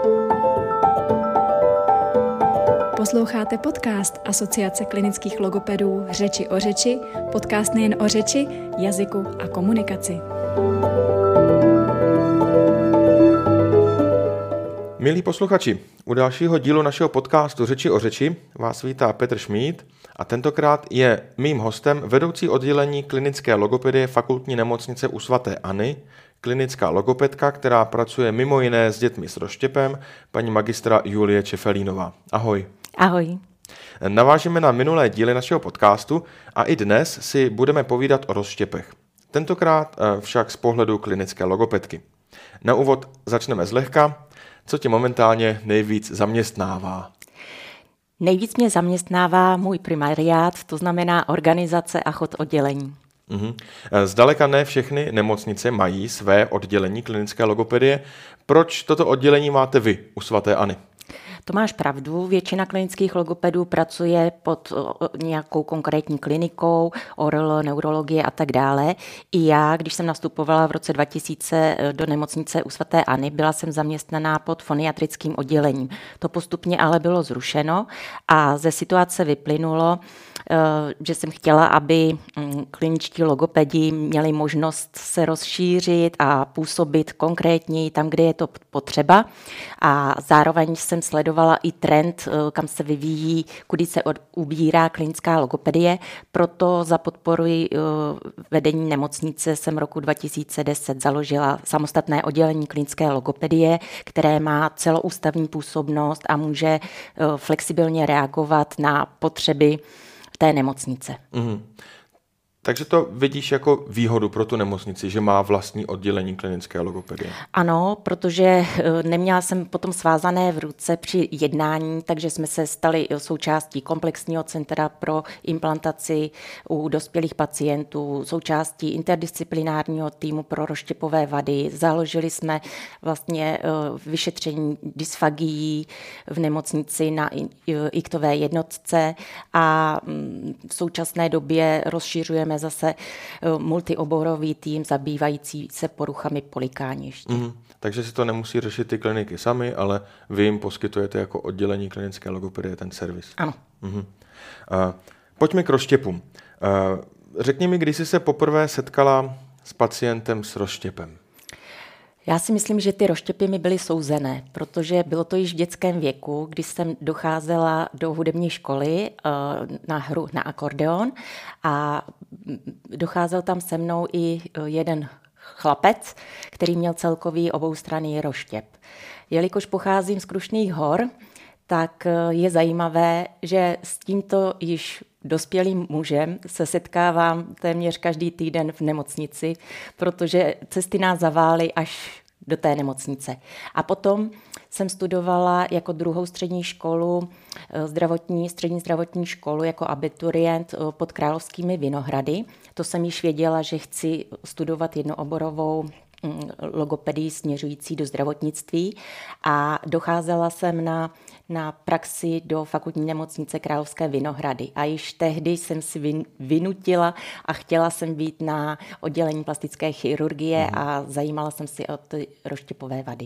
Posloucháte podcast Asociace klinických logopedů Řeči o řeči, podcast nejen o řeči, jazyku a komunikaci. Milí posluchači, u dalšího dílu našeho podcastu Řeči o řeči vás vítá Petr Šmíd a tentokrát je mým hostem vedoucí oddělení klinické logopedie Fakultní nemocnice u sv. Anny, klinická logopedka, která pracuje mimo jiné s dětmi s rozštěpem, paní magistra Julie Čefelínová. Ahoj. Ahoj. Navážeme na minulé díly našeho podcastu a i dnes si budeme povídat o rozštěpech. Tentokrát však z pohledu klinické logopedky. Na úvod začneme zlehka. Co tě momentálně nejvíc zaměstnává? Nejvíc mě zaměstnává můj primariát, to znamená organizace a chod oddělení. Zdaleka ne všechny nemocnice mají své oddělení klinické logopedie. Proč toto oddělení máte vy u sv. Anny? To máš pravdu, většina klinických logopedů pracuje pod nějakou konkrétní klinikou, ORL, neurologie a tak dále. I já, když jsem nastupovala v roce 2000 do nemocnice u sv. Anny, byla jsem zaměstnaná pod foniatrickým oddělením. To postupně ale bylo zrušeno a ze situace vyplynulo, že jsem chtěla, aby kliničtí logopedi měli možnost se rozšířit a působit konkrétněji tam, kde je to potřeba. A zároveň jsem sledovala i trend, kam se vyvíjí, kudy se ubírá klinická logopedie. Proto za podpory vedení nemocnice jsem roku 2010 založila samostatné oddělení klinické logopedie, které má celoústavní působnost a může flexibilně reagovat na potřeby té nemocnice. Takže to vidíš jako výhodu pro tu nemocnici, že má vlastní oddělení klinické logopedie? Ano, protože neměla jsem potom svázané v ruce při jednání, takže jsme se stali součástí komplexního centra pro implantaci u dospělých pacientů, součástí interdisciplinárního týmu pro rozštěpové vady. Založili jsme vlastně vyšetření dysfagií v nemocnici na iktové jednotce a v současné době rozšiřujeme zase multioborový tým zabývající se poruchami polikániště. Takže si to nemusí řešit ty kliniky sami, ale vy jim poskytujete jako oddělení klinické logopedie ten servis. Ano. Pojďme k rozštěpům. Řekni mi, kdy jsi se poprvé setkala s pacientem s rozštěpem? Já si myslím, že ty rozštěpy mi byly souzené, protože bylo to již v dětském věku, kdy jsem docházela do hudební školy na hru na akordeon a docházel tam se mnou i jeden chlapec, který měl celkový oboustranný rozštěp. Jelikož pocházím z Krušných hor, tak je zajímavé, že s tímto již dospělým mužem se setkávám téměř každý týden v nemocnici, protože cesty nás zavály až do té nemocnice. A potom jsem studovala jako druhou střední školu, střední zdravotní školu jako abiturient pod Královskými Vinohrady. To jsem již věděla, že chci studovat jednooborovou logopedii směřující do zdravotnictví a docházela jsem na praxi do Fakultní nemocnice Královské Vinohrady. A již tehdy jsem si vynutila a chtěla jsem být na oddělení plastické chirurgie a zajímala jsem si o ty rozštěpové vady.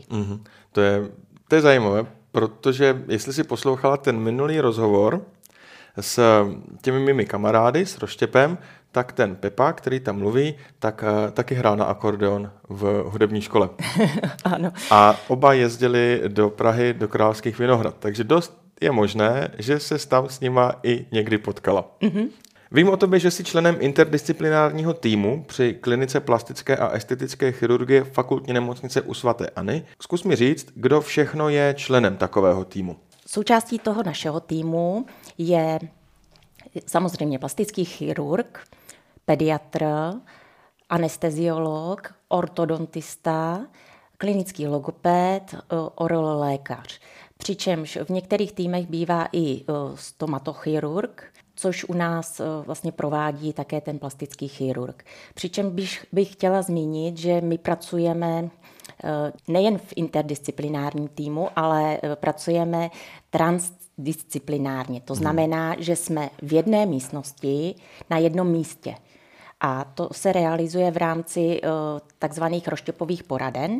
To je zajímavé, protože jestli si poslouchala ten minulý rozhovor s těmi mými kamarády s rozštěpem, tak ten Pepa, který tam mluví, tak taky hrál na akordeon v hudební škole. Ano. A oba jezdili do Prahy, do Královských Vinohrad. Takže dost je možné, že se tam s nima i někdy potkala. Vím o tobě, že jsi členem interdisciplinárního týmu při klinice plastické a estetické chirurgie Fakultní nemocnice u sv. Anny. Zkus mi říct, kdo všechno je členem takového týmu. Součástí toho našeho týmu je samozřejmě plastický chirurg, pediatr, anesteziolog, ortodontista, klinický logoped, ORL lékař. Přičemž v některých týmech bývá i stomatochirurg, což u nás vlastně provádí také ten plastický chirurg. Přičemž bych chtěla zmínit, že my pracujeme nejen v interdisciplinárním týmu, ale pracujeme transdisciplinárně. To znamená, že jsme v jedné místnosti na jednom místě. A to se realizuje v rámci takzvaných rozštěpových poraden,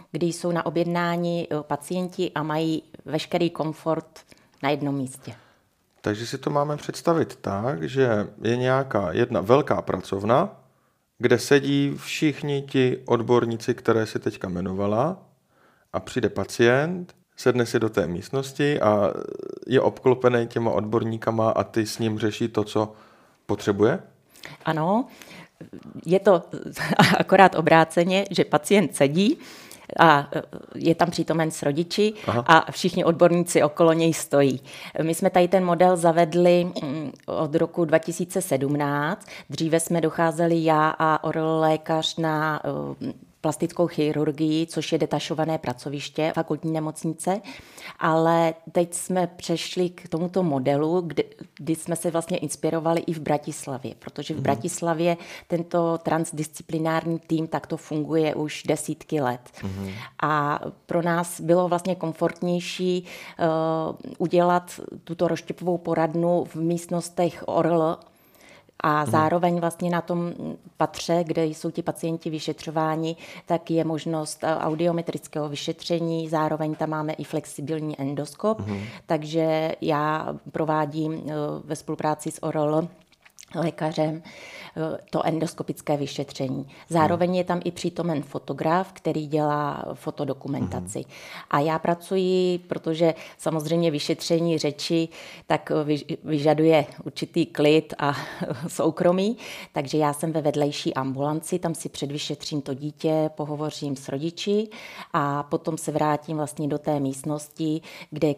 kdy jsou na objednání pacienti a mají veškerý komfort na jednom místě. Takže si to máme představit tak, že je nějaká jedna velká pracovna, kde sedí všichni ti odborníci, které si teďka jmenovala, a přijde pacient, sedne si do té místnosti a je obklopený těma odborníkama a ty s ním řeší to, co potřebuje? Ano, je to akorát obráceně, že pacient sedí a je tam přítomen s rodiči. Aha. A všichni odborníci okolo něj stojí. My jsme tady ten model zavedli od roku 2017. Dříve jsme docházeli já a lékař na plastickou chirurgii, což je detašované pracoviště fakultní nemocnice, ale teď jsme přešli k tomuto modelu, kdy jsme se vlastně inspirovali i v Bratislavě, protože v Bratislavě tento transdisciplinární tým takto funguje už desítky let. A pro nás bylo vlastně komfortnější udělat tuto rozštěpovou poradnu v místnostech ORL, a zároveň vlastně na tom patře, kde jsou ti pacienti vyšetřováni, tak je možnost audiometrického vyšetření, zároveň tam máme i flexibilní endoskop, takže já provádím ve spolupráci s ORL lékařem to endoskopické vyšetření. Zároveň je tam i přítomen fotograf, který dělá fotodokumentaci. A já pracuji, protože samozřejmě vyšetření řeči tak vyžaduje určitý klid a soukromí, takže já jsem ve vedlejší ambulanci, tam si předvyšetřím to dítě, pohovořím s rodiči a potom se vrátím vlastně do té místnosti, kde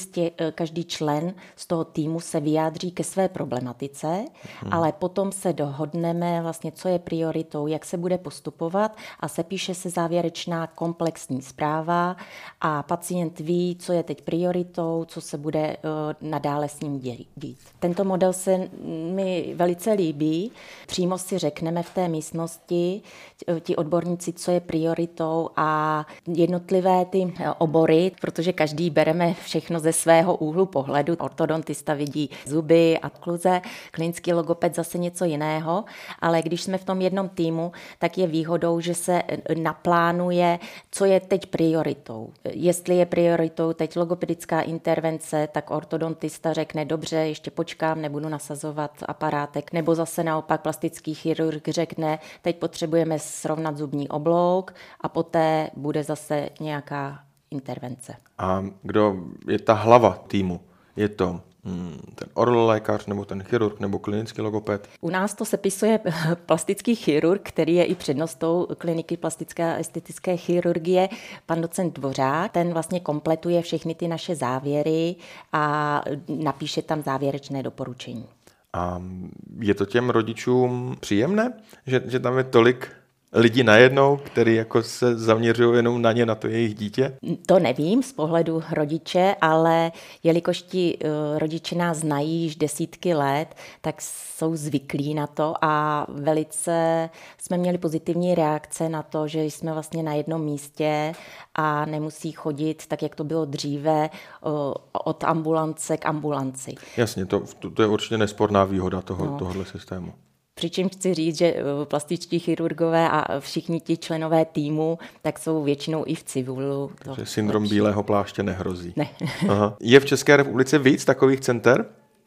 každý člen z toho týmu se vyjádří ke své problematice, ale potom se dohodneme vlastně, co je prioritou, jak se bude postupovat a sepíše se závěrečná komplexní zpráva a pacient ví, co je teď prioritou, co se bude nadále s ním dít. Tento model se mi velice líbí. Přímo si řekneme v té místnosti ti odborníci, co je prioritou a jednotlivé ty obory, protože každý bereme všechno ze svého úhlu pohledu. Ortodontista vidí zuby a kluze, klinický logoped zase něco jiného, ale když jsme v tom jednom týmu, tak je výhodou, že se naplánuje, co je teď prioritou. Jestli je prioritou teď logopedická intervence, tak ortodontista řekne, dobře, ještě počkám, nebudu nasazovat aparátek, nebo zase naopak plastický chirurg řekne, teď potřebujeme srovnat zubní oblouk a poté bude zase nějaká intervence. A kdo je ta hlava týmu? Je to ten oral lékař, nebo ten chirurg, nebo klinický logoped? U nás to sepisuje plastický chirurg, který je i přednostou kliniky plastické a estetické chirurgie, pan docent Dvořák. Ten vlastně kompletuje všechny ty naše závěry a napíše tam závěrečné doporučení. A je to těm rodičům příjemné, že tam je tolik lidi najednou, který jako se zaměřují jenom na ně, na to jejich dítě? To nevím z pohledu rodiče, ale jelikož ti rodiče nás znají již desítky let, tak jsou zvyklí na to a velice jsme měli pozitivní reakce na to, že jsme vlastně na jednom místě a nemusí chodit, tak jak to bylo dříve, od ambulance k ambulanci. Jasně, to je určitě nesporná výhoda tohohle systému. Přičemž chci říct, že plastičtí chirurgové a všichni ti členové týmu tak jsou většinou i v civilu. Takže syndrom bílého pláště nehrozí. Ne. Aha. Je v České republice víc takových center?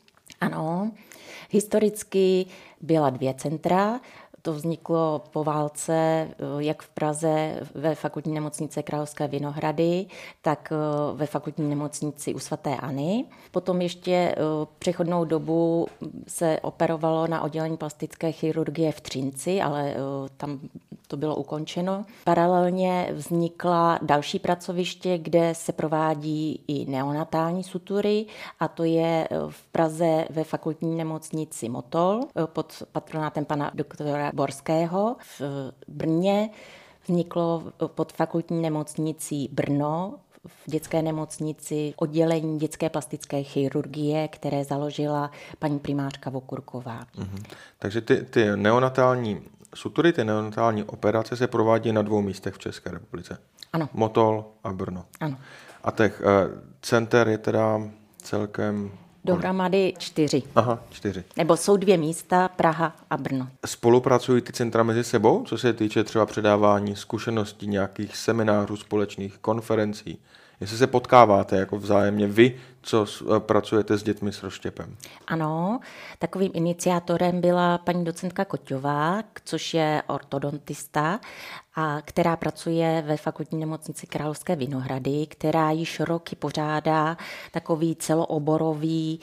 Ano. Historicky byla 2 centra. To vzniklo po válce, jak v Praze ve fakultní nemocnici Královské Vinohrady, tak ve fakultní nemocnici u svaté Anny. Potom ještě přechodnou dobu se operovalo na oddělení plastické chirurgie v Třinci, ale tam to bylo ukončeno. Paralelně vznikla další pracoviště, kde se provádí i neonatální sutury, a to je v Praze ve fakultní nemocnici Motol pod patronátem pana doktora Borského. V Brně vzniklo pod fakultní nemocnicí Brno v dětské nemocnici oddělení dětské plastické chirurgie, které založila paní primářka Vokurková. Takže ty neonatální sutury, ty neonatální operace se provádí na 2 místech v České republice. Ano. Motol a Brno. Ano. A těch center je teda celkem Dohromady 4. Aha, 4. Nebo jsou 2 místa, Praha a Brno. Spolupracují ty centra mezi sebou, co se týče třeba předávání zkušeností, nějakých seminářů, společných konferencí? Jestli se potkáváte jako vzájemně vy, co pracujete s dětmi s rozštěpem? Ano, takovým iniciátorem byla paní docentka Koťová, což je ortodontista, a která pracuje ve Fakultní nemocnici Královské Vinohrady, která již roky pořádá takový celooborový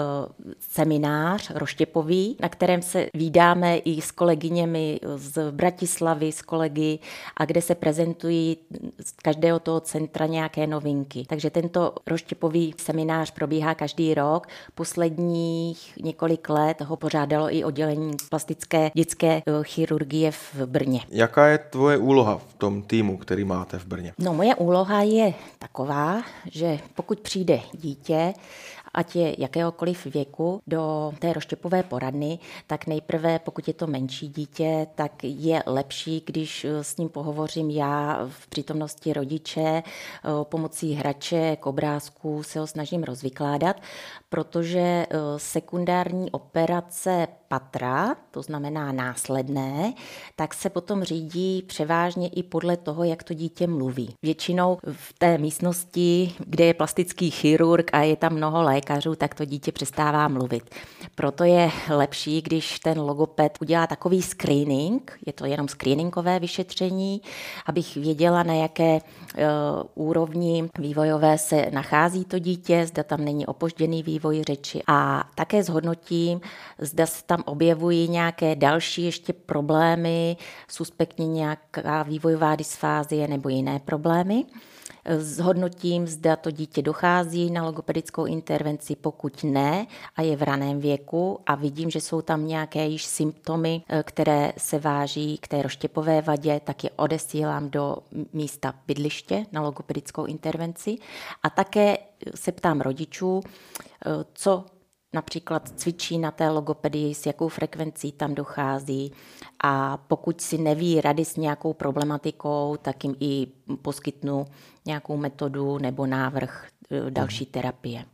seminář rozštěpový, na kterém se vídáme i s kolegyněmi z Bratislavy, s kolegy, a kde se prezentují z každého toho centra nějaké novinky. Takže tento rozštěpový seminář probíhá každý rok. Posledních několik let ho pořádalo i oddělení plastické dětské chirurgie v Brně. Jaká je tvoje úloha v tom týmu, který máte v Brně? No, moje úloha je taková, že pokud přijde dítě, ať je jakéhokoliv věku, do té rozštěpové poradny, tak nejprve, pokud je to menší dítě, tak je lepší, když s ním pohovořím já v přítomnosti rodiče, pomocí hraček, obrázků se ho snažím rozvykládat, protože sekundární operace patra, to znamená následné, tak se potom řídí převážně i podle toho, jak to dítě mluví. Většinou v té místnosti, kde je plastický chirurg a je tam mnoho lékařů, tak to dítě přestává mluvit. Proto je lepší, když ten logoped udělá takový screening, je to jenom screeningové vyšetření, abych věděla, na jaké úrovni vývojové se nachází to dítě, zda tam není opožděný vývoj řeči, a také zhodnotím, zda se tam objevují nějaké další ještě problémy, suspektně nějaká vývojová dysfázie nebo jiné problémy. Zhodnotím, zda to dítě dochází na logopedickou intervenci, pokud ne a je v raném věku a vidím, že jsou tam nějaké již symptomy, které se váží k té rozštěpové vadě, tak je odesílám do místa bydliště na logopedickou intervenci a také se ptám rodičů, co například cvičí na té logopedii, s jakou frekvencí tam dochází, a pokud si neví rady s nějakou problematikou, tak jim i poskytnu nějakou metodu nebo návrh další terapie.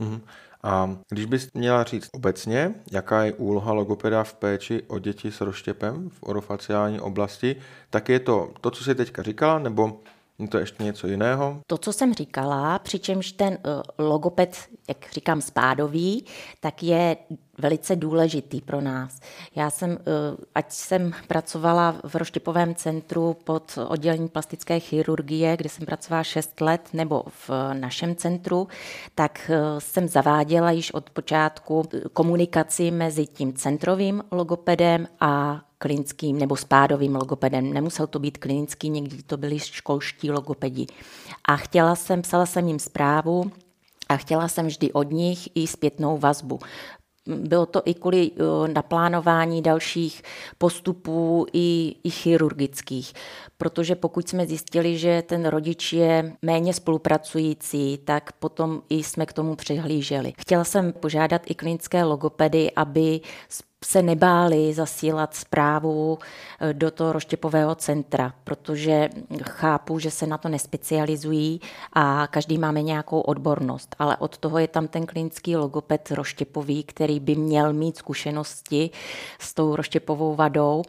A když bys měla říct obecně, jaká je úloha logopeda v péči o děti s rozštěpem v orofaciální oblasti, tak je to, co jsi teďka říkala, nebo je to ještě něco jiného? To, co jsem říkala, přičemž ten logoped, jak říkám, spádový, tak je velice důležitý pro nás. Já jsem, ať jsem pracovala v rozštěpovém centru pod oddělením plastické chirurgie, kde jsem pracovala 6 let, nebo v našem centru, tak jsem zaváděla již od počátku komunikaci mezi tím centrovým logopedem a klinickým nebo spádovým logopedem. Nemusel to být klinický, někdy to byli školští logopedi. A psala jsem jim zprávu a chtěla jsem vždy od nich i zpětnou vazbu. Bylo to i kvůli naplánování dalších postupů i chirurgických, protože pokud jsme zjistili, že ten rodič je méně spolupracující, tak potom i jsme k tomu přihlíželi. Chtěla jsem požádat i klinické logopedy, aby se nebáli zasílat zprávu do toho rozštěpového centra, protože chápu, že se na to nespecializují a každý máme nějakou odbornost, ale od toho je tam ten klinický logoped rozštěpový, který by měl mít zkušenosti s tou rozštěpovou vadou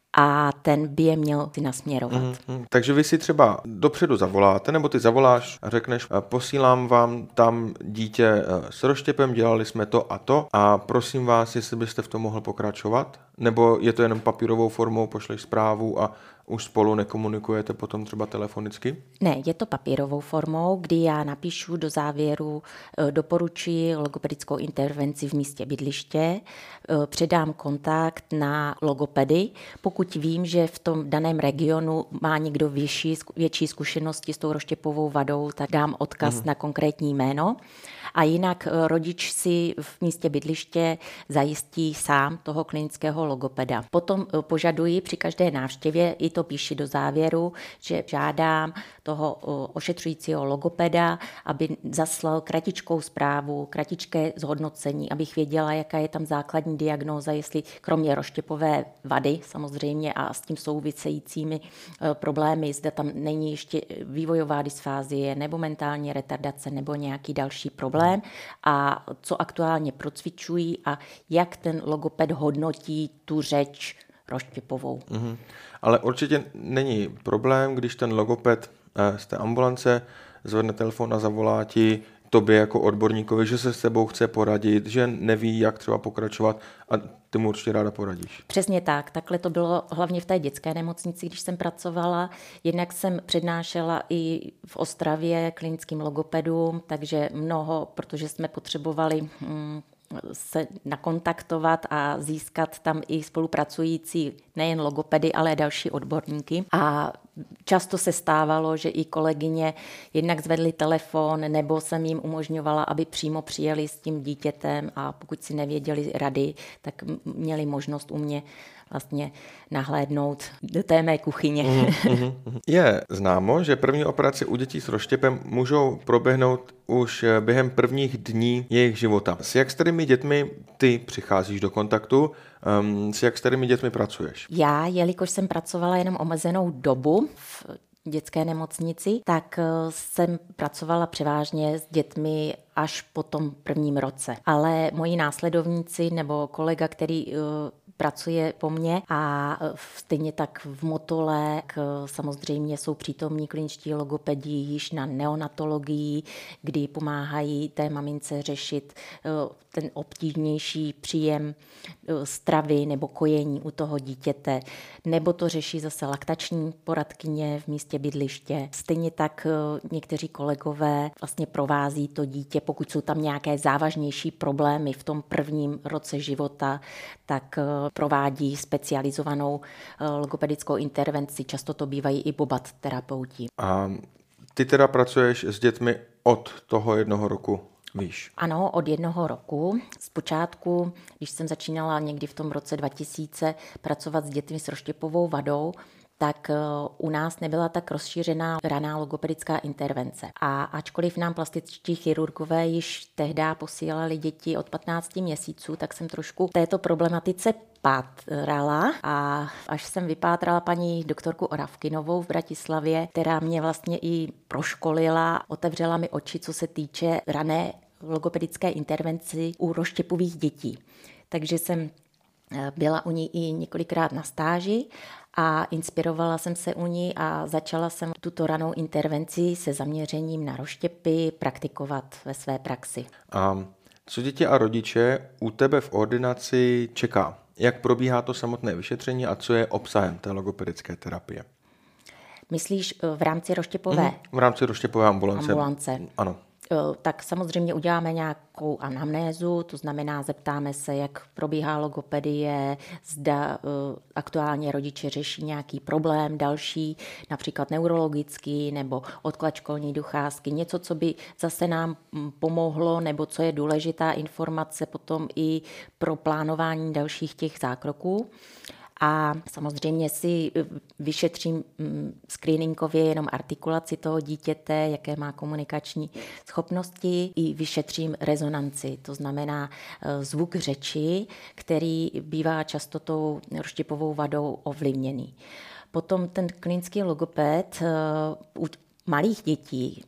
a ten by je měl si nasměrovat. Takže vy si třeba dopředu zavoláte, nebo ty zavoláš a řekneš, posílám vám tam dítě s rozštěpem, dělali jsme to a prosím vás, jestli byste v tom mohl pokračovat? Nebo je to jenom papírovou formou, pošleš zprávu a už spolu nekomunikujete potom třeba telefonicky? Ne, je to papírovou formou, kdy já napíšu do závěru, doporučuji logopedickou intervenci v místě bydliště, předám kontakt na logopedy. Pokud vím, že v tom daném regionu má někdo větší zkušenosti s tou rozštěpovou vadou, tak dám odkaz na konkrétní jméno. A jinak rodič si v místě bydliště zajistí sám toho klinického logopeda. Potom požaduji při každé návštěvě i to píši do závěru, že žádám toho ošetřujícího logopeda, aby zaslal kratičkou zprávu, kratičké zhodnocení, abych věděla, jaká je tam základní diagnóza, jestli kromě rozštěpové vady samozřejmě a s tím souvisejícími problémy, zda tam není ještě vývojová dysfázie nebo mentální retardace nebo nějaký další problém a co aktuálně procvičují a jak ten logoped hodnotí tu řeč rozštěpovou. Ale určitě není problém, když ten logoped z té ambulance zvedne telefon a zavolá ti tobě jako odborníkovi, že se s tebou chce poradit, že neví, jak třeba pokračovat a ty mu určitě ráda poradíš. Přesně tak. Takhle to bylo hlavně v té dětské nemocnici, když jsem pracovala. Jednak jsem přednášela i v Ostravě klinickým logopedům, takže mnoho, protože jsme potřebovali se nakontaktovat a získat tam i spolupracující nejen logopedy, ale další odborníky. A často se stávalo, že i kolegyně jednak zvedly telefon, nebo jsem jim umožňovala, aby přímo přijeli s tím dítětem a pokud si nevěděli rady, tak měli možnost u mě vlastně nahlédnout do té mé kuchyně. Je známo, že první operace u dětí s rozštěpem můžou proběhnout už během prvních dní jejich života. S jak starými dětmi ty přicházíš do kontaktu? S jak starými dětmi pracuješ? Já, jelikož jsem pracovala jenom omezenou dobu v dětské nemocnici, tak jsem pracovala převážně s dětmi až po tom prvním roce. Ale moji následovníci nebo kolega, který pracuje po mně a stejně tak v Motole samozřejmě jsou přítomní kliničtí logopedi již na neonatologii, kdy pomáhají té mamince řešit ten obtížnější příjem stravy nebo kojení u toho dítěte, nebo to řeší zase laktační poradkyně v místě bydliště. Stejně tak někteří kolegové vlastně provází to dítě, pokud jsou tam nějaké závažnější problémy v tom prvním roce života, tak provádí specializovanou logopedickou intervenci. Často to bývají i bobat terapeuti. A ty teda pracuješ s dětmi od toho 1 roku? Víš. Ano, od 1 roku. Zpočátku, když jsem začínala někdy v tom roce 2000 pracovat s dětmi s rozštěpovou vadou, tak u nás nebyla tak rozšířená raná logopedická intervence. A ačkoliv nám plastičtí chirurgové již tehdy posílali děti od 15 měsíců, tak jsem trošku této problematice pátrala a až jsem vypátrala paní doktorku Oravkinovou v Bratislavě, která mě vlastně i proškolila, otevřela mi oči, co se týče rané logopedické intervenci u rozštěpových dětí. Takže jsem byla u ní i několikrát na stáži a inspirovala jsem se u ní a začala jsem tuto ranou intervenci se zaměřením na rozštěpy praktikovat ve své praxi. A co děti a rodiče u tebe v ordinaci čeká? Jak probíhá to samotné vyšetření a co je obsahem té logopedické terapie? Myslíš v rámci rozštěpové? V rámci rozštěpové ambulance. Ano. Tak samozřejmě uděláme nějakou anamnézu, to znamená zeptáme se, jak probíhá logopedie, zda aktuálně rodiče řeší nějaký problém další, například neurologický nebo odklad školní docházky, něco, co by zase nám pomohlo nebo co je důležitá informace potom i pro plánování dalších těch zákroků. A samozřejmě si vyšetřím screeningově jenom artikulaci toho dítěte, jaké má komunikační schopnosti, i vyšetřím rezonanci, to znamená zvuk řeči, který bývá často tou rozštěpovou vadou ovlivněný. Potom ten klinický logoped u malých dětí,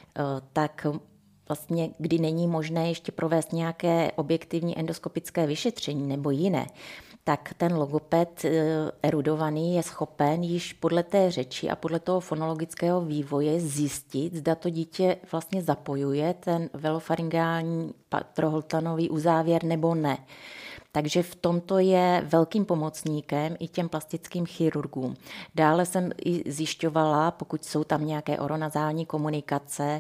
tak vlastně, kdy není možné ještě provést nějaké objektivní endoskopické vyšetření nebo jiné, tak ten logoped erudovaný je schopen již podle té řeči a podle toho fonologického vývoje zjistit, zda to dítě vlastně zapojuje ten velofaryngální patroholtanový uzávěr nebo ne. Takže v tomto je velkým pomocníkem i těm plastickým chirurgům. Dále jsem i zjišťovala, pokud jsou tam nějaké oronazální komunikace,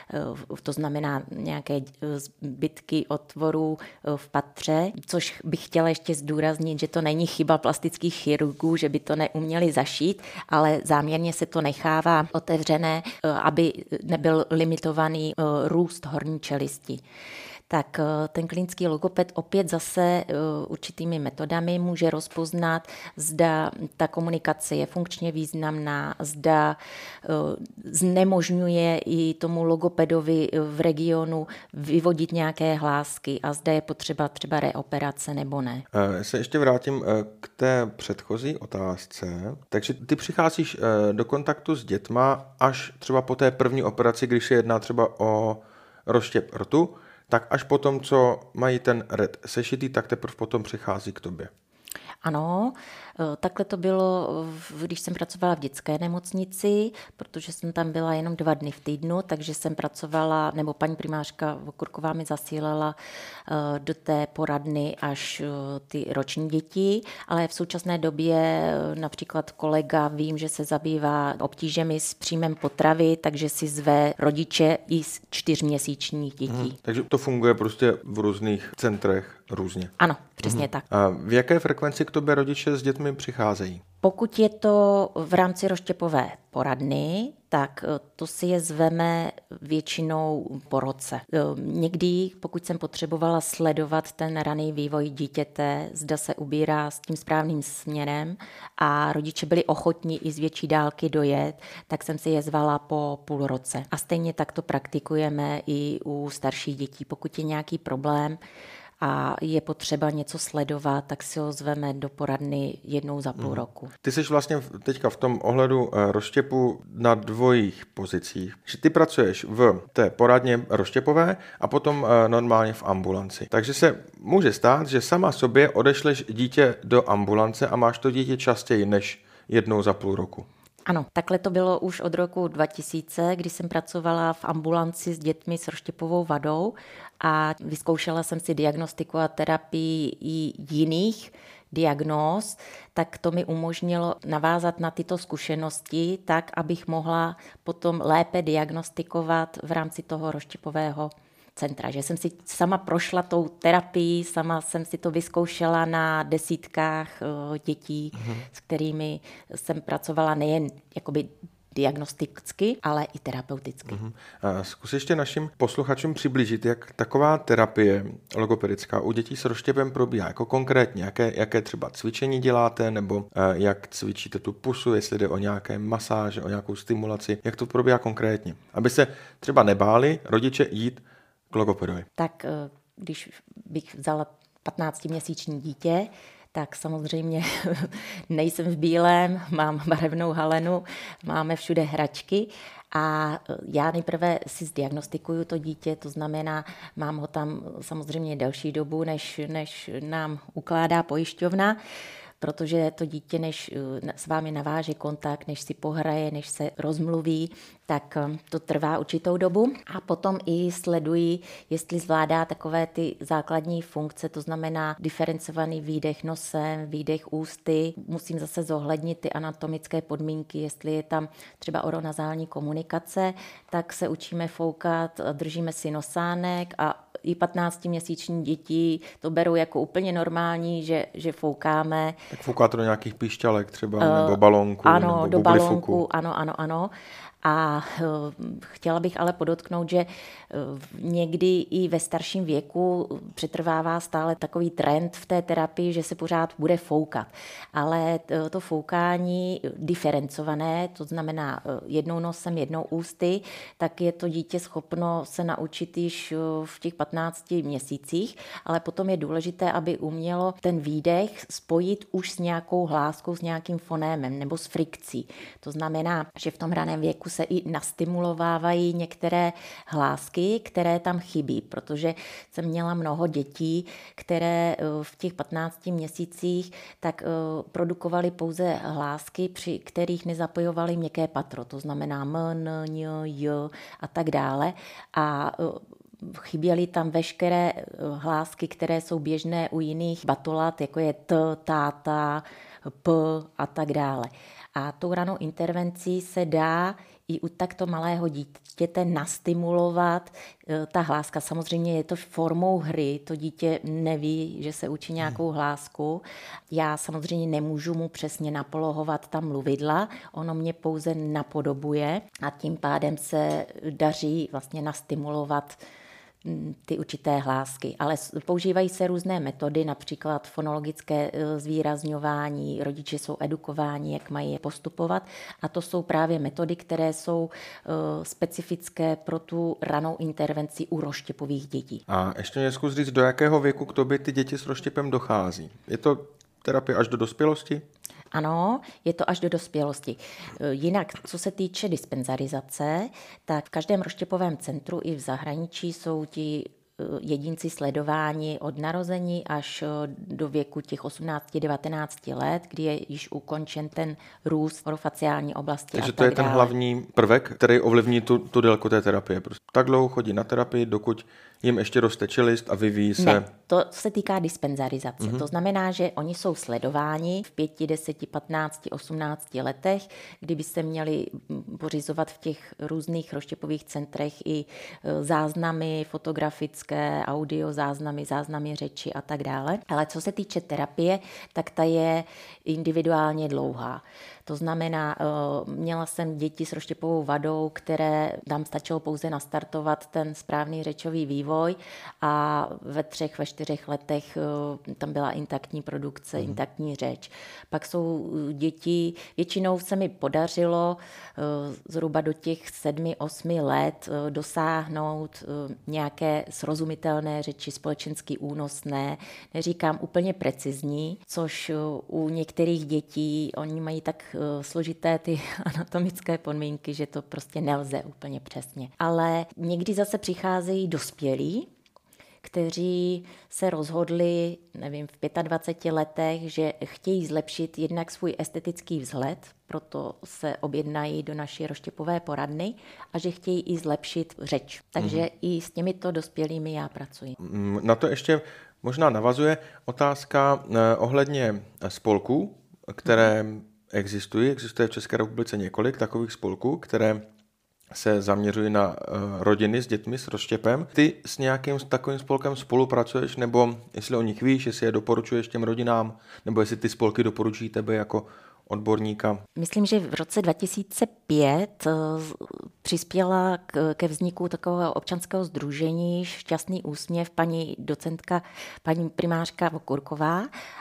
to znamená nějaké zbytky otvorů v patře, což bych chtěla ještě zdůraznit, že to není chyba plastických chirurgů, že by to neuměli zašít, ale záměrně se to nechává otevřené, aby nebyl limitovaný růst horní čelisti. tak ten klinický logoped opět zase určitými metodami může rozpoznat, zda ta komunikace je funkčně významná, zda znemožňuje i tomu logopedovi v regionu vyvodit nějaké hlásky a zda je potřeba třeba reoperace nebo ne. Já se ještě vrátím k té předchozí otázce. Takže ty přicházíš do kontaktu s dětma až třeba po té první operaci, když se jedná třeba o rozštěp rtu, tak až po tom, co mají ten ret sešitý, tak teprve potom přichází k tobě. Ano, takhle to bylo, když jsem pracovala v dětské nemocnici, protože jsem tam byla jenom 2 dny v týdnu, takže jsem pracovala, nebo paní primářka Vokurková mi zasílala do té poradny až ty roční děti, ale v současné době například kolega vím, že se zabývá obtížemi s příjmem potravy, takže si zve rodiče i z 4měsíčních dětí. Takže to funguje prostě v různých centrech různě. Ano, přesně tak. A v jaké frekvenci k tobě rodiče s dětmi přicházejí? Pokud je to v rámci rozštěpové poradny, tak to si je zveme většinou po roce. Někdy, pokud jsem potřebovala sledovat ten raný vývoj dítěte, zda se ubírá s tím správným směrem a rodiče byli ochotní i z větší dálky dojet, tak jsem si je zvala po půl roce. A stejně tak to praktikujeme i u starších dětí. Pokud je nějaký problém, a je potřeba něco sledovat, tak si ho zveme do poradny jednou za půl roku. Ty jsi vlastně teďka v tom ohledu rozštěpu na dvojích pozicích. Že ty pracuješ v té poradně rozštěpové a potom normálně v ambulanci. Takže se může stát, že sama sobě odešleš dítě do ambulance a máš to dítě častěji než jednou za půl roku. Ano, takhle to bylo už od roku 2000, kdy jsem pracovala v ambulanci s dětmi s rozštěpovou vadou a vyzkoušela jsem si diagnostiku a terapii i jiných diagnóz, tak to mi umožnilo navázat na tyto zkušenosti tak, abych mohla potom lépe diagnostikovat v rámci toho rozštěpového centra, že jsem si sama prošla tou terapií, sama jsem si to vyzkoušela na desítkách dětí, s kterými jsem pracovala nejen jakoby diagnosticky, ale i terapeuticky. Zkus ještě našim posluchačům přiblížit, jak taková terapie logopedická u dětí s rozštěpem probíhá. Jako konkrétně, jaké třeba cvičení děláte, nebo jak cvičíte tu pusu, jestli jde o nějaké masáže, o nějakou stimulaci, jak to probíhá konkrétně. Aby se třeba nebáli rodiče jít k logopedovi. Tak když bych vzala 15měsíční dítě, tak samozřejmě nejsem v bílém, mám barevnou halenu, máme všude hračky a já nejprve si zdiagnostikuju to dítě, to znamená, mám ho tam samozřejmě delší dobu, než nám ukládá pojišťovna, protože to dítě, než s vámi naváže kontakt, než si pohraje, než se rozmluví, tak to trvá určitou dobu. A potom i sleduji, jestli zvládá takové ty základní funkce, to znamená diferencovaný výdech nosem, výdech ústy. Musím zase zohlednit ty anatomické podmínky, jestli je tam třeba oronazální komunikace, tak se učíme foukat, držíme si nosánek a i 15měsíční děti to berou jako úplně normální, že foukáme. Tak foukáte do nějakých píšťalek třeba, nebo balónku, ano, nebo do balónku. Ano. A chtěla bych ale podotknout, že někdy i ve starším věku přetrvává stále takový trend v té terapii, že se pořád bude foukat. Ale to foukání diferencované, to znamená jednou nosem, jednou ústy, tak je to dítě schopno se naučit již v těch 15 měsících, ale potom je důležité, aby umělo ten výdech spojit už s nějakou hláskou, s nějakým fonémem nebo s frikcí. To znamená, že v tom raném věku se i nastimulovávají některé hlásky, které tam chybí, protože jsem měla mnoho dětí, které v těch 15 měsících tak produkovaly pouze hlásky, při kterých nezapojovaly měkké patro, to znamená m, n, ň, j a tak dále. A chyběly tam veškeré hlásky, které jsou běžné u jiných batolat, jako je t, táta, p a tak dále. A tou ranou intervencí se dá i u takto malého dítěte nastimulovat ta hláska. Samozřejmě je to formou hry, to dítě neví, že se učí nějakou hlásku. Já samozřejmě nemůžu mu přesně napolohovat ta mluvidla, ono mě pouze napodobuje a tím pádem se daří vlastně nastimulovat ty určité hlásky. Ale používají se různé metody, například fonologické zvýrazňování, rodiče jsou edukováni, jak mají je postupovat a to jsou právě metody, které jsou specifické pro tu ranou intervenci u rozštěpových dětí. A ještě mě zkus říct, do jakého věku k tobě ty děti s rozštěpem dochází? Je to terapie až do dospělosti? Ano, je to až do dospělosti. Jinak, co se týče dispenzarizace, tak v každém rozštěpovém centru i v zahraničí jsou ti jedinci sledováni od narození až do věku těch 18-19 let, kdy je již ukončen ten růst orofaciální oblasti. Takže to je ten hlavní prvek, který ovlivní tu délku té terapie. Prostě tak dlouho chodí na terapii, dokud jim ještě roste čelist a vyvíjí se. Ne, to se týká dispenzarizace. To znamená, že oni jsou sledováni v 5, 10, 15, 18 letech, kdyby se měli pořizovat v těch různých rozštěpových centrech i záznamy fotografické, audio záznamy řeči a tak dále. Ale co se týče terapie, tak ta je individuálně dlouhá. To znamená, měla jsem děti s rozštěpovou vadou, které tam stačilo pouze nastartovat ten správný řečový vývoj a ve 3, ve 4 letech tam byla intaktní produkce, intaktní řeč. Pak jsou děti, většinou se mi podařilo zhruba do těch 7, 8 let dosáhnout nějaké srozumitelné řeči, společensky únosné, neříkám úplně precizní, což u některých dětí, oni mají tak složité ty anatomické podmínky, že to prostě nelze úplně přesně. Ale někdy zase přicházejí dospělí, kteří se rozhodli, nevím, v 25 letech, že chtějí zlepšit jednak svůj estetický vzhled, proto se objednají do naší rozštěpové poradny a že chtějí i zlepšit řeč. Takže i s těmito dospělými já pracuji. Na to ještě možná navazuje otázka ohledně spolků, které existuje v České republice několik takových spolků, které se zaměřují na rodiny s dětmi s rozštěpem. Ty s nějakým takovým spolkem spolupracuješ, nebo jestli o nich víš, jestli je doporučuješ těm rodinám, nebo jestli ty spolky doporučují tebe jako odborníka? Myslím, že v roce 2005 přispěla ke vzniku takového občanského sdružení Šťastný úsměv paní docentka, paní primářka Vokurková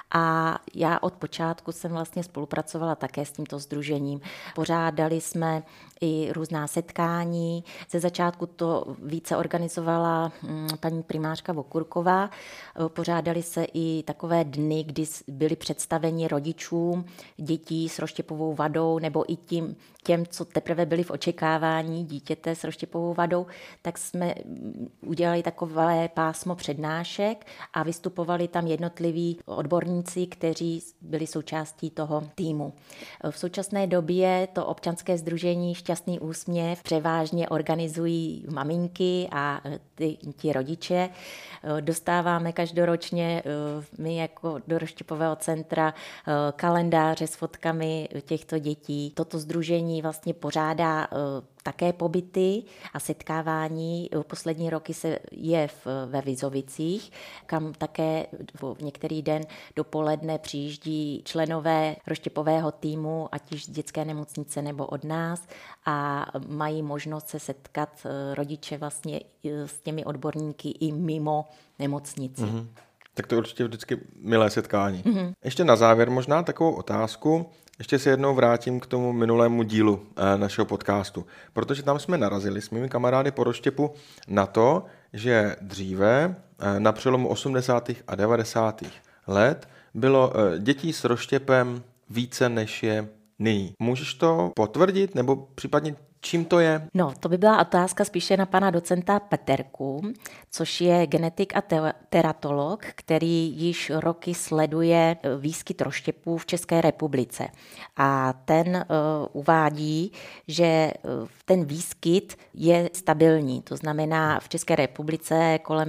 a já od počátku jsem vlastně spolupracovala také s tímto sdružením. Pořádali jsme i různá setkání. Ze začátku to více organizovala paní primářka Vokurková. Pořádali se i takové dny, kdy byli představeni rodičům dětí s rozštěpovou vadou nebo i těm, co teprve byli v očekávání dítěte s rozštěpovou vadou, tak jsme udělali takové pásmo přednášek a vystupovali tam jednotliví odborníci, kteří byli součástí toho týmu. V současné době to občanské sdružení Šťastný úsměv převážně organizují maminky a ti rodiče. Dostáváme každoročně my jako do rozštěpového centra kalendáře s fotkami těchto dětí. Toto sdružení vlastně pořádá také pobyty a setkávání. Poslední roky je ve Vizovicích, kam také v některý den dopoledne přijíždí členové rozštěpového týmu, ať již z dětské nemocnice nebo od nás a mají možnost se setkat rodiče vlastně s těmi odborníky i mimo nemocnici. Mm-hmm. Tak to je určitě vždycky milé setkání. Mm-hmm. Ještě na závěr možná takovou otázku. Ještě se jednou vrátím k tomu minulému dílu našeho podcastu, protože tam jsme narazili s mými kamarády po rozštěpu na to, že dříve na přelomu 80. a 90. let bylo dětí s rozštěpem více než je nyní. Můžeš to potvrdit nebo případně čím to je? No, to by byla otázka spíše na pana docenta Peterku, což je genetik a teratolog, který již roky sleduje výskyt rozštěpů v České republice. A ten uvádí, že ten výskyt je stabilní. To znamená, v České republice kolem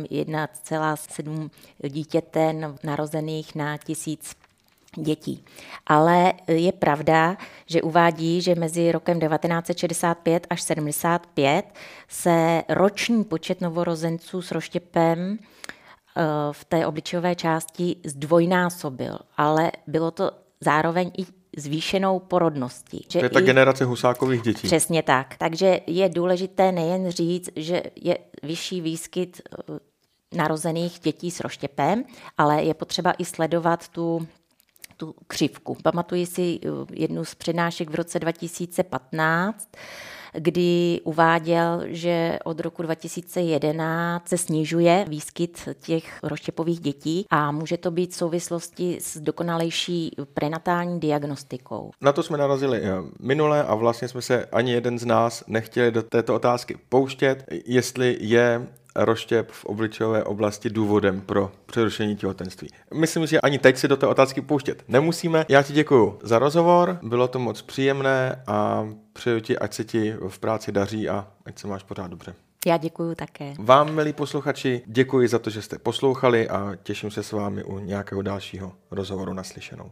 1,7 dítěte narozených na 1000 dětí. Ale je pravda, že uvádí, že mezi rokem 1965 až 75 se roční počet novorozenců s rozštěpem v té obličejové části zdvojnásobil, ale bylo to zároveň i zvýšenou porodností. To je ta generace Husákových dětí. Přesně tak. Takže je důležité nejen říct, že je vyšší výskyt narozených dětí s rozštěpem, ale je potřeba i sledovat tu křivku. Pamatuji si jednu z přednášek v roce 2015, kdy uváděl, že od roku 2011 se snižuje výskyt těch rozštěpových dětí a může to být v souvislosti s dokonalejší prenatální diagnostikou. Na to jsme narazili minule a vlastně jsme se ani jeden z nás nechtěli do této otázky pouštět, jestli je rozštěp v obličejové oblasti důvodem pro přerušení těhotenství. Myslím, že ani teď si do té otázky pouštět nemusíme. Já ti děkuju za rozhovor, bylo to moc příjemné a přeju ti, ať se ti v práci daří a ať se máš pořád dobře. Já děkuju také. Vám, milí posluchači, děkuji za to, že jste poslouchali a těším se s vámi u nějakého dalšího rozhovoru naslyšenou.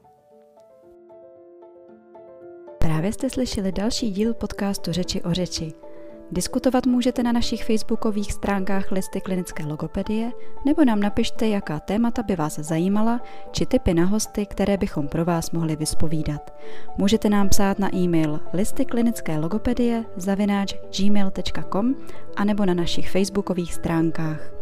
Právě jste slyšeli další díl podcastu Řeči o řeči. Diskutovat můžete na našich facebookových stránkách Listy klinické logopedie nebo nám napište, jaká témata by vás zajímala, či tipy na hosty, které bychom pro vás mohli vyspovídat. Můžete nám psát na e-mail listyklinickelogopedie@gmail.com a nebo na našich facebookových stránkách.